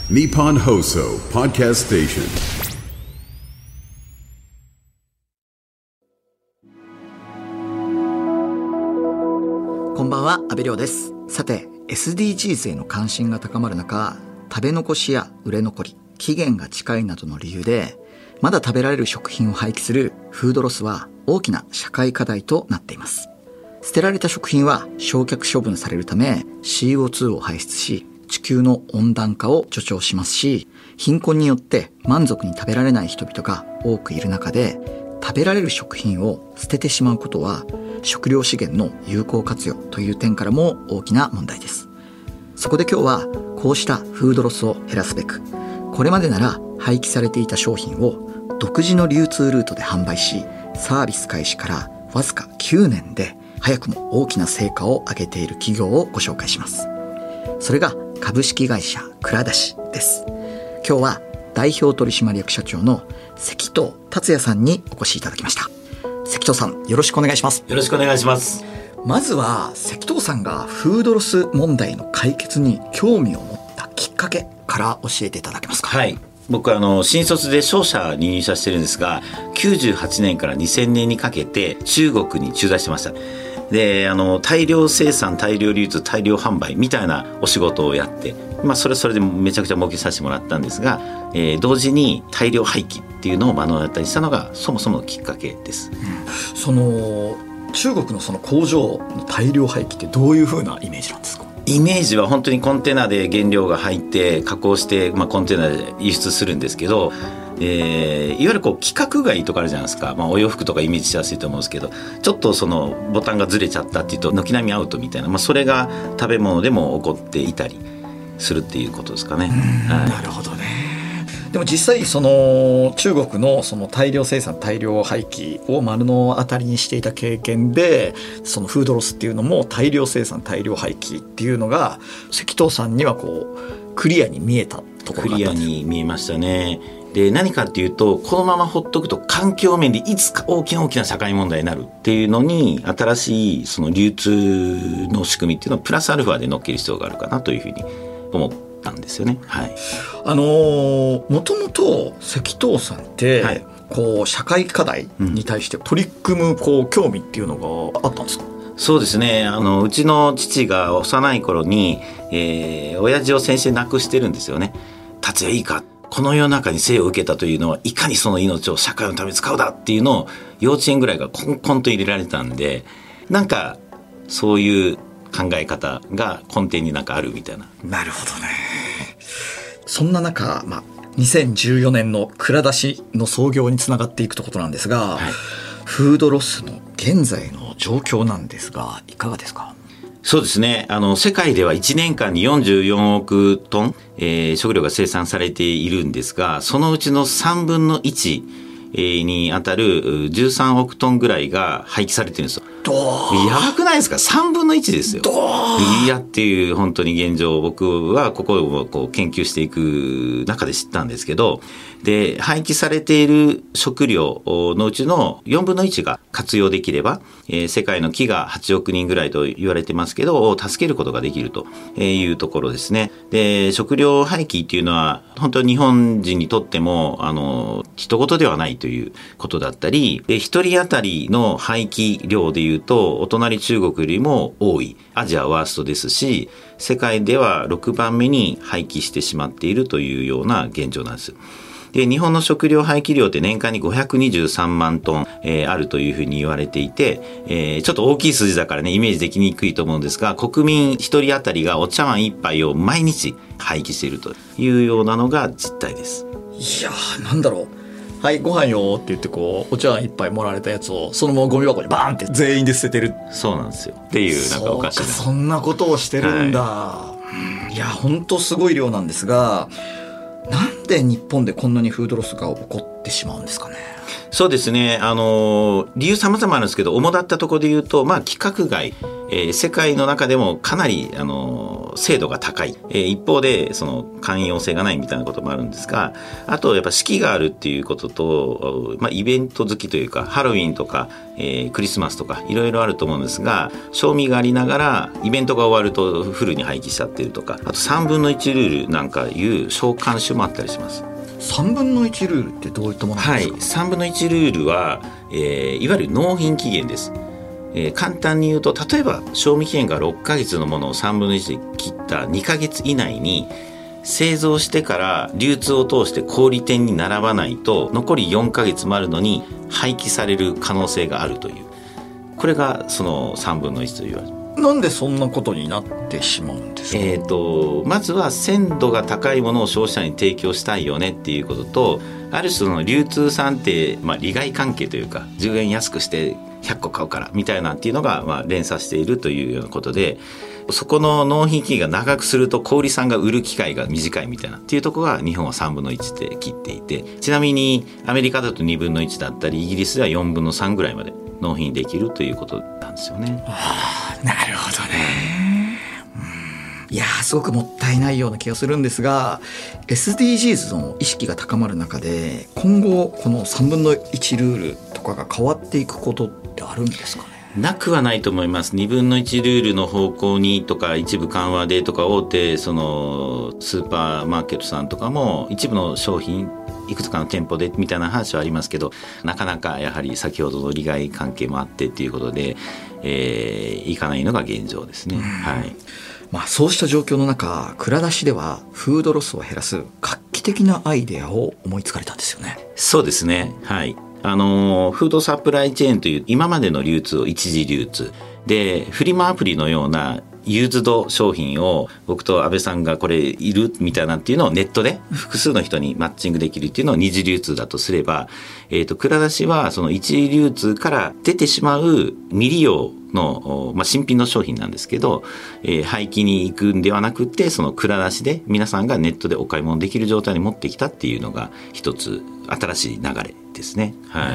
Nippon Hoso Podcast Station。 こんばんは、阿部亮です。さて SDGs への関心が高まる中、食べ残しや売れ残り、期限が近いなどの理由でまだ食べられる食品を廃棄するフードロスは大きな社会課題となっています。捨てられた食品は焼却処分されるため CO2 を排出し、地球の温暖化を助長しますし、貧困によって満足に食べられない人々が多くいる中で、食べられる食品を捨ててしまうことは食料資源の有効活用という点からも大きな問題です。そこで今日はこうしたフードロスを減らすべく、これまでなら廃棄されていた商品を独自の流通ルートで販売し、サービス開始からわずか9年で早くも大きな成果を上げている企業をご紹介します。それが株式会社蔵出しです。今日は代表取締役社長の関藤達也さんにお越しいただきました。関藤さん、よろしくお願いします。 よろしくお願いします。 まずは関藤さんがフードロス問題の解決に興味を持ったきっかけから教えていただけますか。 はい、僕は新卒で商社に入社してるんですが、98年から2000年にかけて中国に駐在してました。で、大量生産、大量流通、大量販売みたいなお仕事をやって、それでめちゃくちゃ儲けさせてもらったんですが、同時に大量廃棄っていうのを目の当たりにしたのがそもそものきっかけです。 中国のその工場の大量廃棄ってどういう風なイメージなんですか。 イメージは本当にコンテナで原料が入って加工して、コンテナで輸出するんですけど、いわゆる規格外とかあるじゃないですか。お洋服とかイメージしやすいと思うんですけど、ちょっとそのボタンがずれちゃったっていうと軒並みアウトみたいな、それが食べ物でも起こっていたりするっていうことですかね。 はい、なるほどね。でも実際その中国のその大量生産大量廃棄を目の当たりにしていた経験で、そのフードロスっていうのも大量生産大量廃棄っていうのが関藤さんにはクリアに見えたところがあったんです。 クリアに見えましたね。で、何かっていうと、このままほっとくと環境面でいつか大きな社会問題になるっていうのに、新しいその流通の仕組みっていうのをプラスアルファで乗っける必要があるかなというふうに思ったんですよね。はい。 もともと関藤さんって、はい、社会課題に対して取り組む興味っていうのがあったんですか。 そうですね。うちの父が幼い頃に、親父を戦死で亡くしてるんですよね。達也いいか、この世の中に生を受けたというのはいかにその命を社会のために使うだっていうのを幼稚園ぐらいからコンコンと入れられたんで、なんかそういう考え方が根底になんかあるみたいな。 なるほどね。そんな中、2014年の蔵出しの創業につながっていくということなんですが、はい、フードロスの現在の状況なんですがいかがですか。 そうですね。世界では1年間に44億トン、食料が生産されているんですが、そのうちの3分の1に当たる13億トンぐらいが廃棄されてるんですよ。やばくないですか。3分の1ですよ。いやっていう本当に現状を僕はここを研究していく中で知ったんですけど、で、廃棄されている食料のうちの4分の1が活用できれば、世界の飢餓8億人ぐらいと言われてますけど、を助けることができるというところですね。で、食料廃棄っていうのは本当に日本人にとっても人事ではないということだったり、で、一人当たりの廃棄量でいうとお隣中国よりも多い、アジアワーストですし、世界では6番目に廃棄してしまっているというような現状なんです。で、日本の食料廃棄量って年間に523万トン、あるというふうに言われていて、ちょっと大きい数字だからね、イメージできにくいと思うんですが、国民一人当たりがお茶碗一杯を毎日廃棄しているというようなのが実態です。 いやー、なんだろう。はい、ご飯よって言ってお茶碗一杯もらわれたやつをそのままゴミ箱にバーンって全員で捨ててる。 そうなんですよ。っていうなんかおかしいな。 そんなことをしてるんだ。はい、いや、本当すごい量なんですが、なんで日本でこんなにフードロスが起こってしまうんですかね。 そうですね。理由様々あるんですけど、主だったところで言うと、規格外、世界の中でもかなり、精度が高い。一方で、その、寛容性がないみたいなこともあるんですが、あと、やっぱ四季があるっていうことと、イベント好きというか、ハロウィンとか、クリスマスとか、いろいろあると思うんですが、賞味がありながら、イベントが終わるとフルに廃棄しちゃってるとか、あと3分の1ルールなんかいう召喚種もあったりします。 3分の1ルールってどういったものなんですか？ 3分の1ルールは、いわゆる納品期限です。簡単に言うと、例えば賞味期限が6ヶ月のものを3分の1で切った2ヶ月以内に製造してから流通を通して小売店に並ばないと残り4ヶ月もあるのに廃棄される可能性があるという、これがその3分の1と言われる。 なんでそんなことになってしまうんですか？ まずは鮮度が高いものを消費者に提供したいよねっていうことと、ある種の流通さんって、利害関係というか、10円安くして100個買うからみたいなっていうのが、連鎖しているというようなことで、そこの納品期限が長くすると小売さんが売る機会が短いみたいなっていうところが日本は3分の1で切っていて、ちなみにアメリカだと2分の1だったり、イギリスでは4分の3ぐらいまで納品できるということなんですよね。 なるほどね。いやすごくもったいないような気がするんですが、 SDGs の意識が高まる中で今後この3分の1ルールとかが変わっていくことってあるんですかね？ なくはないと思います。2分の1ルールの方向にとか、一部緩和でとか、大手そのスーパーマーケットさんとかも一部の商品いくつかの店舗でみたいな話はありますけど、なかなかやはり先ほどの利害関係もあってっていうことで、いかないのが現状ですね。はい。 そうした状況の中、蔵出しではフードロスを減らす画期的なアイデアを思いつかれたんですよね。 そうですね。はい。フードサプライチェーンという今までの流通を一時流通で、フリマアプリのようなユーズド商品を僕と安倍さんがこれいるみたいなっていうのをネットで複数の人にマッチングできるっていうのを二次流通だとすれば、蔵出しはその一次流通から出てしまう未利用の、新品の商品なんですけど、廃棄に行くんではなくて、その蔵出しで皆さんがネットでお買い物できる状態に持ってきたっていうのが一つ新しい流れですね。はい。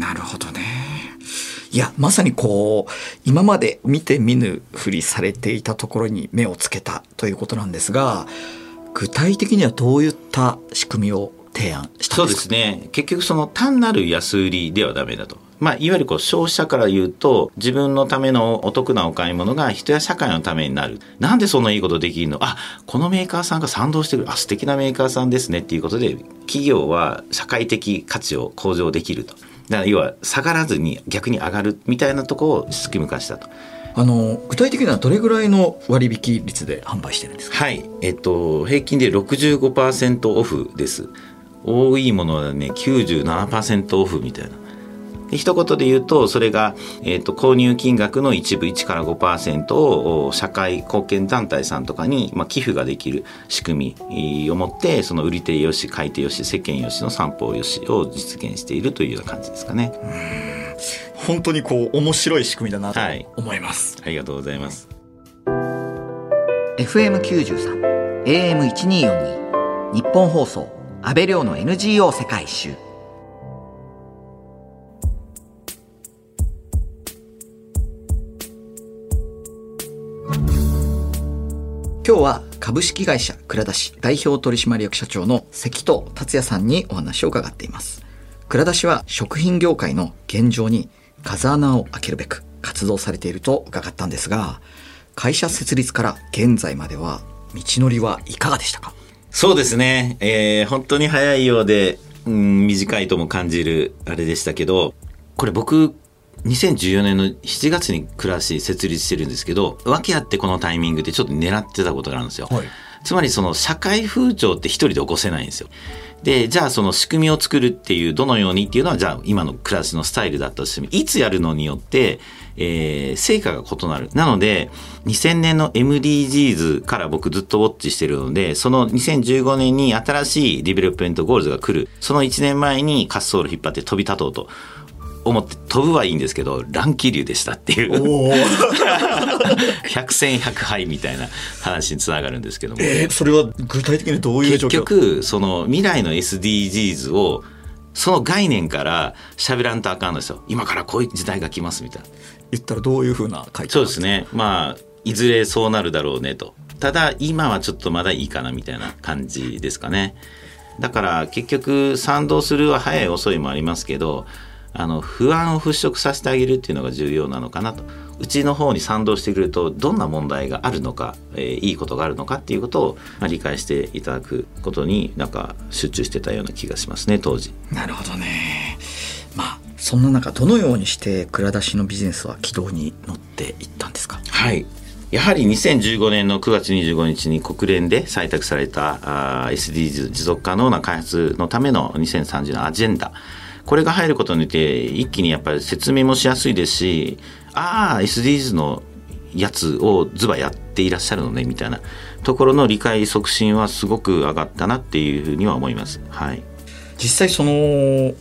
なるほどね。いや、まさに今まで見て見ぬふりされていたところに目をつけたということなんですが、具体的にはどういった仕組みを提案したんですか？ そうですね。結局その単なる安売りではダメだと。いわゆる消費者から言うと、自分のためのお得なお買い物が人や社会のためになる。なんでそんないいことできるの？このメーカーさんが賛同してる。素敵なメーカーさんですねっていうことで、企業は社会的価値を向上できると。だから要は下がらずに逆に上がるみたいなところを仕組み化したと。 具体的にはどれぐらいの割引率で販売してるんですか？ はい。平均で 65% オフです。多いものはね、97% オフみたいな。一言で言うと、それが、購入金額の一部1から 5% を社会貢献団体さんとかに、寄付ができる仕組みを持って、その売り手よし買い手よし世間よしの三方よしを実現しているというような感じですかね。 本当に面白い仕組みだなと思います、 ありがとうございます。 FM93 AM1242 日本放送安倍亮の NGO 世界一周。今日は株式会社蔵出し代表取締役社長の関戸達也さんにお話を伺っています。蔵出しは食品業界の現状に風穴を開けるべく活動されていると伺ったんですが、会社設立から現在までは道のりはいかがでしたか？ そうですね、本当に早いようで、短いとも感じるあれでしたけど、これ僕2014年の7月に蔵出し設立してるんですけど、訳あってこのタイミングでちょっと狙ってたことがあるんですよ、はい、つまりその社会風潮って一人で起こせないんですよ。で、じゃあその仕組みを作るっていう、どのようにっていうのは、じゃあ今の蔵出しのスタイルだったとしても、いつやるのによって、成果が異なる。なので2000年の MDGs から僕ずっとウォッチしてるので、その2015年に新しいディベロップメントゴールズが来る、その1年前に滑走路引っ張って飛び立とうと思って、飛ぶはいいんですけど乱気流でしたっていう百戦百敗みたいな話につながるんですけども、 それは具体的にどういう状況？ 結局その未来の SDGs をその概念から喋らんとあかんのですよ。今からこういう時代が来ますみたいな。 言ったらどういうふうな回答？ そうですね。いずれそうなるだろうねと。ただ今はちょっとまだいいかなみたいな感じですかね。だから結局賛同するは早い遅いもありますけど、不安を払拭させてあげるっていうのが重要なのかなと。うちの方に賛同してくるとどんな問題があるのか、いいことがあるのかっていうことを、理解していただくことに集中してたような気がしますね、当時。 なるほどね。そんな中どのようにして蔵出しのビジネスは軌道に乗っていったんですか？ はい、やはり2015年の9月25日に国連で採択されたSDGs 持続可能な開発のための2030のアジェンダ、これが入ることによって一気にやっぱり説明もしやすいですし、SDGs のやつをズバやっていらっしゃるのねみたいなところの理解促進はすごく上がったなっていうふうには思います。はい、 実際その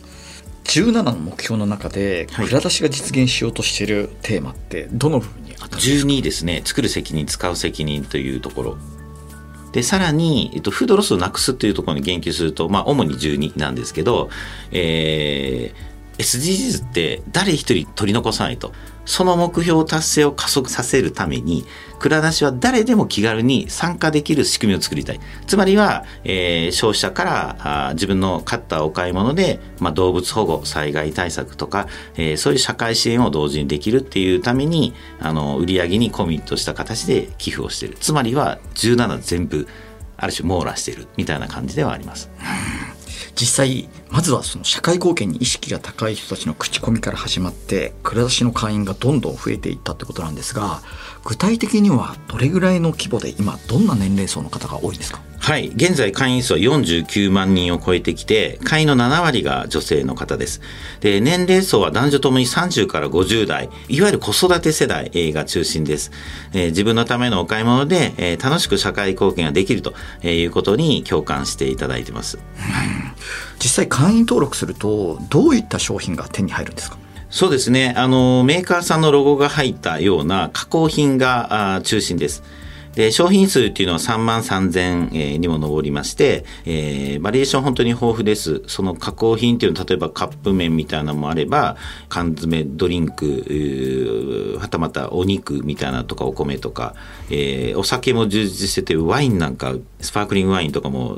17の目標の中で蔵出しが実現しようとしているテーマってどの部分に当たるんですか ？12ですね。作る責任、使う責任というところで、さらに、フードロスをなくすというところに言及すると、主に12なんですけど、SDGs って誰一人取り残さないと。その目標達成を加速させるために、蔵出しは誰でも気軽に参加できる仕組みを作りたい。つまりは、消費者から自分の買ったお買い物で、動物保護、災害対策とか、そういう社会支援を同時にできるっていうために、売り上げにコミットした形で寄付をしている。つまりは17全部ある種網羅しているみたいな感じではあります。 実際まずはその社会貢献に意識が高い人たちの口コミから始まって蔵出しの会員がどんどん増えていったってことなんですが、具体的にはどれぐらいの規模で今どんな年齢層の方が多いんですか？ はい、現在会員数は49万人を超えてきて、会員の7割が女性の方です。で、年齢層は男女ともに30から50代、いわゆる子育て世代が中心です。自分のためのお買い物で、楽しく社会貢献ができるということに共感していただいてます。 実際会員登録するとどういった商品が手に入るんですか？ そうですね、メーカーさんのロゴが入ったような加工品が中心です。で、商品数っていうのは3万3000にも上りまして、バリエーション本当に豊富です。その加工品っていうのは例えばカップ麺みたいなのもあれば、缶詰ドリンク、はたまたお肉みたいなとかお米とか、お酒も充実してて、ワインなんかスパークリングワインとかも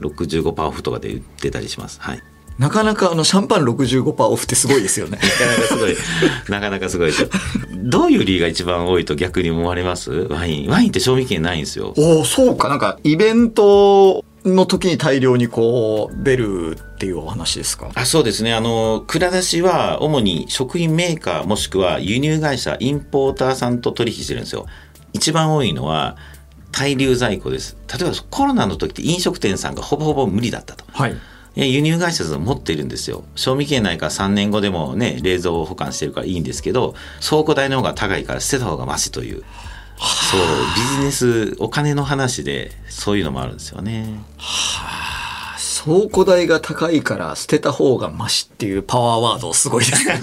65% オフとかで売ってたりします。はい。 なかなかシャンパン 65% オフってすごいですよね。 なかなかすごいですよ。どういう理由が一番多いと逆に思われます？ワインって賞味期限ないんですよ。 そうか。なんかイベントの時に大量に出るっていうお話ですか？ そうですね。蔵出しは主に食品メーカーもしくは輸入会社、インポーターさんと取引してるんですよ。一番多いのは滞留在庫です。例えばコロナの時って飲食店さんがほぼほぼ無理だったと。 はい。 輸入会社さん持っているんですよ。賞味期限ないから3年後でもね、冷蔵保管してるからいいんですけど、倉庫代の方が高いから捨てた方がマシという、そうビジネスお金の話でそういうのもあるんですよね。 倉庫代が高いから捨てた方がマシっていうパワーワードすごいですね。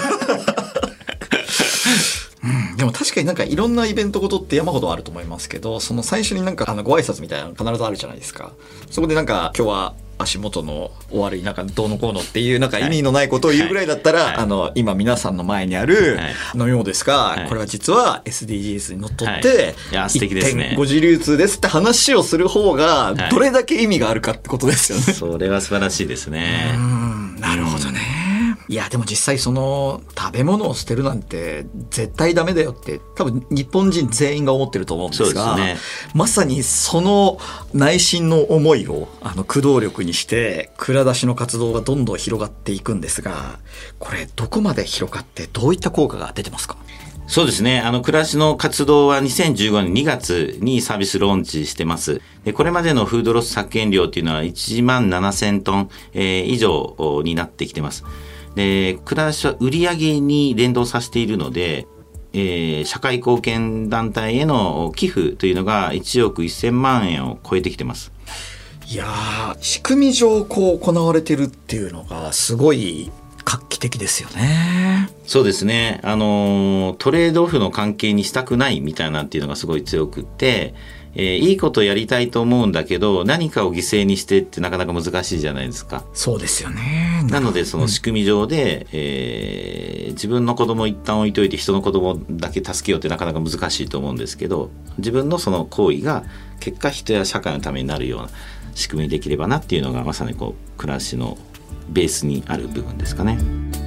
でも確かになんかいろんなイベントごとって山ほどあると思いますけど、その最初になんかご挨拶みたいなの必ずあるじゃないですか。そこでなんか今日は足元のお悪いなんかどうのこうのっていうなんか意味のないことを言うぐらいだったら、今皆さんの前にある飲み物ですが、これは実は SDGs にのっとって 1.5 次流通ですって話をする方がどれだけ意味があるかってことですよね。 それは素晴らしいですね。 なるほどね。いやでも実際その食べ物を捨てるなんて絶対ダメだよって多分日本人全員が思ってると思うんですが、まさにその内心の思いを駆動力にして蔵出しの活動がどんどん広がっていくんですが、これどこまで広がってどういった効果が出てますか？ そうですね。蔵出しの活動は2015年2月にサービスローンチしてます。で、これまでのフードロス削減量っていうのは1万7000トン以上になってきてます。で、蔵出しは売上に連動させているので、社会貢献団体への寄付というのが1億1000万円を超えてきてます。 いやー、仕組み上行われてるっていうのがすごい画期的ですよね。 そうですね。トレードオフの関係にしたくないみたいなっていうのがすごい強くって、 いいことやりたいと思うんだけど何かを犠牲にしてってなかなか難しいじゃないですか。 そうですよね。 なのでその仕組み上で、自分の子供を一旦置いといて人の子供だけ助けようってなかなか難しいと思うんですけど、自分のその行為が結果人や社会のためになるような仕組みにできればなっていうのがまさにこう暮らしのベースにある部分ですかね。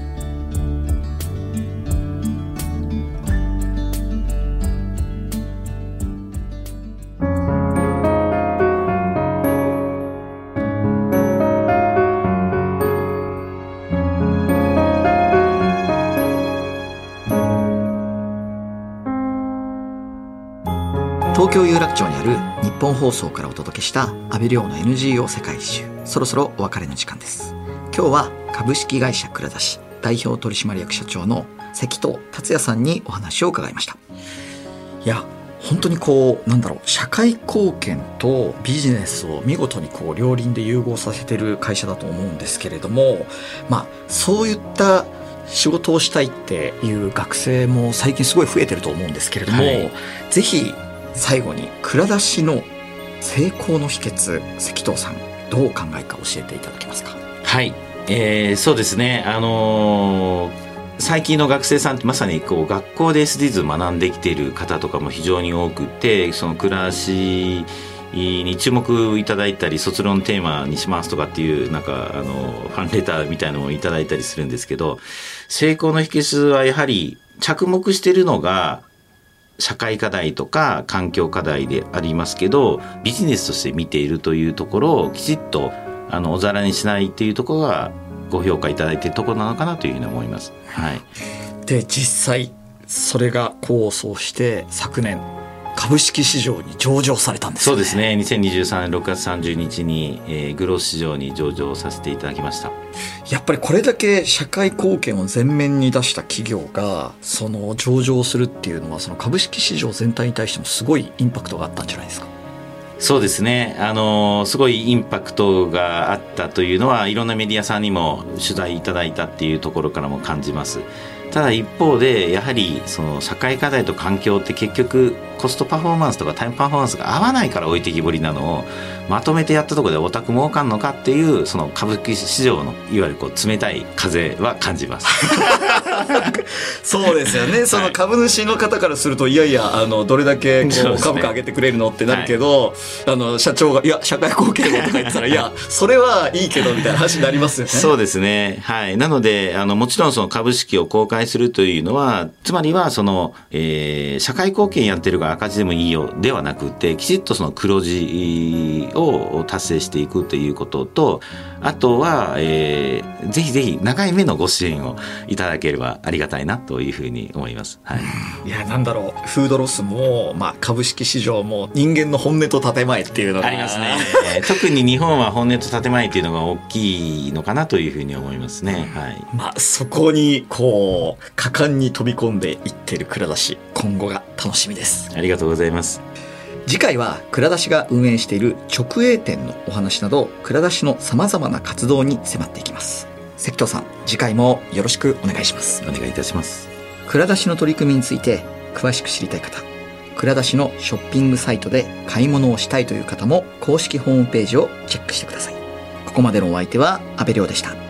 東京有楽町にある日本放送からお届けした安倍亮の NGO 世界一周、そろそろお別れの時間です。今日は株式会社蔵出し代表取締役社長の関藤達也さんにお話を伺いました。いや本当に社会貢献とビジネスを見事に両輪で融合させてる会社だと思うんですけれども、そういった仕事をしたいっていう学生も最近すごい増えてると思うんですけれども、ぜひ最後に蔵出しの成功の秘訣、関藤さんどうお考えか教えていただけますか。 はい、そうですね、最近の学生さんってまさに学校で SDGs を学んできている方とかも非常に多くて、その暮らしに注目いただいたり卒論テーマにしますとかっていうファンレターみたいなのをいただいたりするんですけど、成功の秘訣はやはり着目しているのが社会課題とか環境課題でありますけど、ビジネスとして見ているというところをきちっとおざらにしないというところがご評価いただいているところなのかなというふうに思います。はい、で実際それが功を奏して昨年株式市場に上場されたんですね。 そうですね、2023年6月30日に、グロース市場に上場させていただきました。 やっぱりこれだけ社会貢献を前面に出した企業がその上場するっていうのは、その株式市場全体に対してもすごいインパクトがあったんじゃないですか。 そうですね、すごいインパクトがあったというのはいろんなメディアさんにも取材いただいたっていうところからも感じます。ただ一方でやはりその社会課題と環境って結局コストパフォーマンスとかタイムパフォーマンスが合わないから置いてきぼりなのをまとめてやったところでオタク儲かんのかっていう、その株式市場のいわゆる冷たい風は感じますそうですよね。その株主の方からするといやいやどれだけ株価上げてくれるのってなるけど、社長がいや社会貢献をとか言ってたらいやそれはいいけどみたいな話になりますよね。 そうですね、はい、なのでもちろんその株式を公開するというのはつまりはその、社会貢献やってるから赤字でもいいよではなくて、きちっとその黒字を達成していくということと、あとは、ぜひぜひ長い目のご支援をいただければありがたいなというふうに思います。はい、 いやフードロスも、株式市場も人間の本音と建前っていうのがありますね特に日本は本音と建前っていうのが大きいのかなというふうに思いますね。はい、 そこに果敢に飛び込んでいってる蔵出し、今後が楽しみです。 ありがとうございます。 次回は蔵出しが運営している直営店のお話など蔵出しのさまざまな活動に迫っていきます。関藤さん、次回もよろしくお願いします。 お願いいたします。 蔵出しの取り組みについて詳しく知りたい方、蔵出しのショッピングサイトで買い物をしたいという方も公式ホームページをチェックしてください。ここまでのお相手は安倍亮でした。